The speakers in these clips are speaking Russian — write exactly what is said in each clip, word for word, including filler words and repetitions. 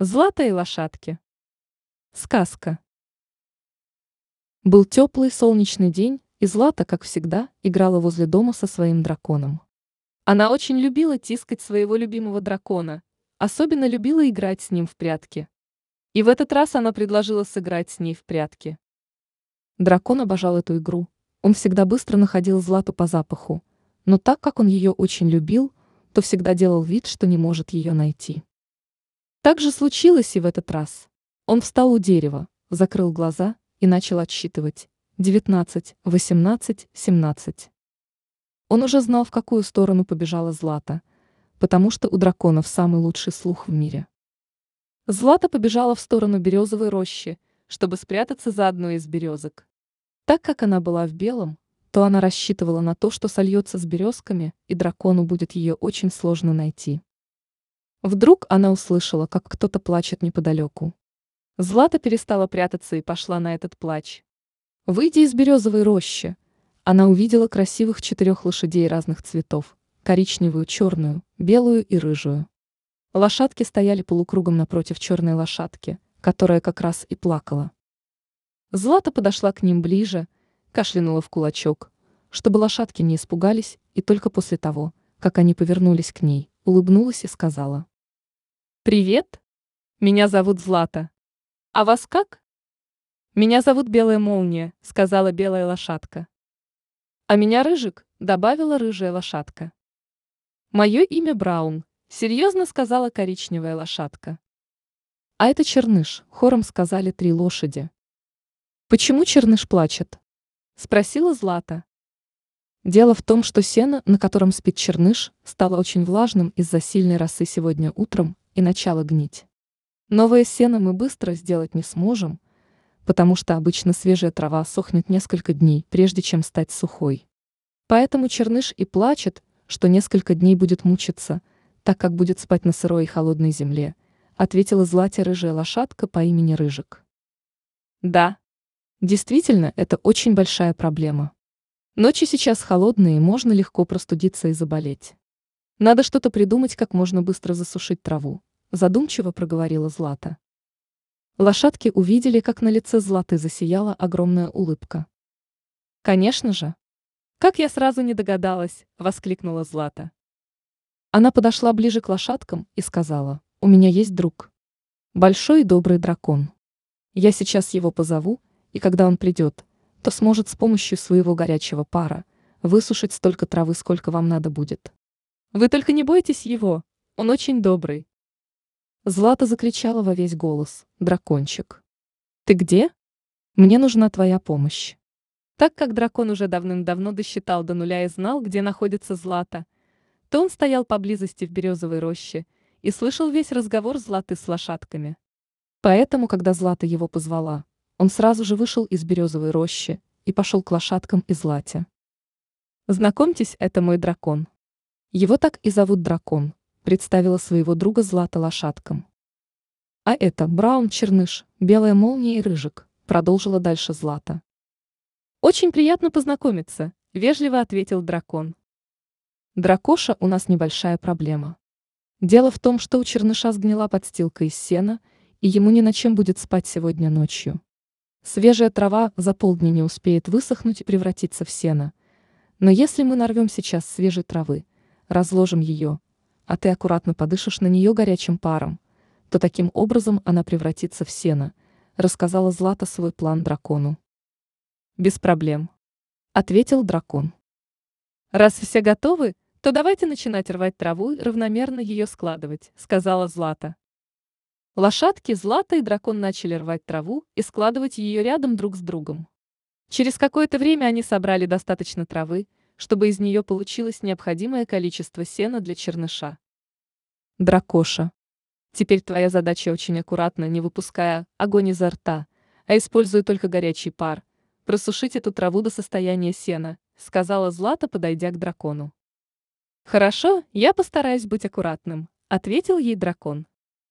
Злата и лошадки. Сказка. Был теплый солнечный день, и Злата, как всегда, играла возле дома со своим драконом. Она очень любила тискать своего любимого дракона, особенно любила играть с ним в прятки. И в этот раз она предложила сыграть с ней в прятки. Дракон обожал эту игру. Он всегда быстро находил Злату по запаху, но так как он ее очень любил, то всегда делал вид, что не может ее найти. Так же случилось и в этот раз. Он встал у дерева, закрыл глаза и начал отсчитывать: девятнадцать, восемнадцать, семнадцать. Он уже знал, в какую сторону побежала Злата, потому что у драконов самый лучший слух в мире. Злата побежала в сторону березовой рощи, чтобы спрятаться за одной из березок. Так как она была в белом, то она рассчитывала на то, что сольется с березками, и дракону будет ее очень сложно найти. Вдруг она услышала, как кто-то плачет неподалеку. Злата перестала прятаться и пошла на этот плач. Выйдя из березовой рощи, она увидела красивых четырех лошадей разных цветов: коричневую, черную, белую и рыжую. Лошадки стояли полукругом напротив черной лошадки, которая как раз и плакала. Злата подошла к ним ближе, кашлянула в кулачок, чтобы лошадки не испугались, и только после того, как они повернулись к ней, улыбнулась и сказала: «Привет! Меня зовут Злата. А вас как?» «Меня зовут Белая Молния», — сказала белая лошадка. «А меня Рыжик», — добавила рыжая лошадка. «Мое имя Браун», — серьезно сказала коричневая лошадка. «А это Черныш», — хором сказали три лошади. «Почему Черныш плачет?» — спросила Злата. Дело в том, что сено, на котором спит Черныш, стало очень влажным из-за сильной росы сегодня утром и начало гнить. Новое сено мы быстро сделать не сможем, потому что обычно свежая трава сохнет несколько дней, прежде чем стать сухой. Поэтому Черныш и плачет, что несколько дней будет мучиться, так как будет спать на сырой и холодной земле, ответила Злате рыжая лошадка по имени Рыжик. Да, действительно, это очень большая проблема. Ночи сейчас холодные, и можно легко простудиться и заболеть. Надо что-то придумать, как можно быстро засушить траву, задумчиво проговорила Злата. Лошадки увидели, как на лице Златы засияла огромная улыбка. «Конечно же! Как я сразу не догадалась!» — воскликнула Злата. Она подошла ближе к лошадкам и сказала: «У меня есть друг. Большой и добрый дракон. Я сейчас его позову, и когда он придет, то сможет с помощью своего горячего пара высушить столько травы, сколько вам надо будет. Вы только не бойтесь его, он очень добрый». Злата закричала во весь голос: «Дракончик! Ты где? Мне нужна твоя помощь». Так как дракон уже давным-давно досчитал до нуля и знал, где находится Злата, то он стоял поблизости в березовой роще и слышал весь разговор Златы с лошадками. Поэтому, когда Злата его позвала, он сразу же вышел из березовой рощи и пошел к лошадкам и Злате. «Знакомьтесь, это мой дракон. Его так и зовут Дракон», — представила своего друга Злата лошадкам. «А это Браун, Черныш, Белая Молния и Рыжик», — продолжила дальше Злата. «Очень приятно познакомиться», — вежливо ответил дракон. «Дракоша, у нас небольшая проблема. Дело в том, что у Черныша сгнила подстилка из сена, и ему ни на чем будет спать сегодня ночью. Свежая трава за полдня не успеет высохнуть и превратиться в сено. Но если мы нарвем сейчас свежей травы, разложим ее, а ты аккуратно подышишь на нее горячим паром, то таким образом она превратится в сено», — рассказала Злата свой план дракону. «Без проблем», — ответил дракон. «Раз все готовы, то давайте начинать рвать траву и равномерно ее складывать», — сказала Злата. Лошадки, Злата и дракон начали рвать траву и складывать ее рядом друг с другом. Через какое-то время они собрали достаточно травы, чтобы из нее получилось необходимое количество сена для Черныша. «Дракоша, теперь твоя задача очень аккуратно, не выпуская огонь изо рта, а используя только горячий пар, просушить эту траву до состояния сена», — сказала Злата, подойдя к дракону. «Хорошо, я постараюсь быть аккуратным», — ответил ей дракон.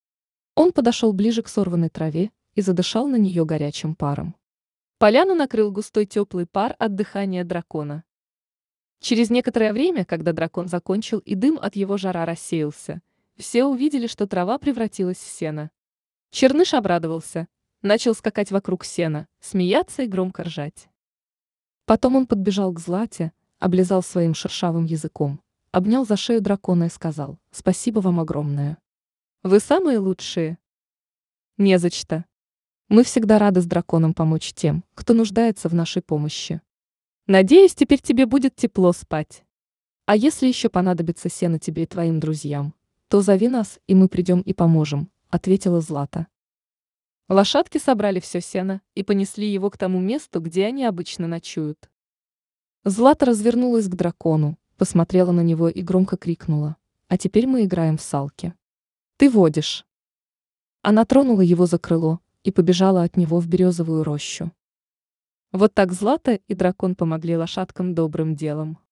Он подошел ближе к сорванной траве и задышал на нее горячим паром. Поляну накрыл густой теплый пар от дыхания дракона. Через некоторое время, когда дракон закончил и дым от его жара рассеялся, все увидели, что трава превратилась в сено. Черныш обрадовался, начал скакать вокруг сена, смеяться и громко ржать. Потом он подбежал к Злате, облизал своим шершавым языком, обнял за шею дракона и сказал: «Спасибо вам огромное. Вы самые лучшие». «Не за что. Мы всегда рады с драконом помочь тем, кто нуждается в нашей помощи. Надеюсь, теперь тебе будет тепло спать. А если еще понадобится сено тебе и твоим друзьям, то зови нас, и мы придем и поможем», — ответила Злата. Лошадки собрали все сено и понесли его к тому месту, где они обычно ночуют. Злата развернулась к дракону, посмотрела на него и громко крикнула: «А теперь мы играем в салки. Ты водишь». Она тронула его за крыло и побежала от него в березовую рощу. Вот так Злата и дракон помогли лошадкам добрым делом.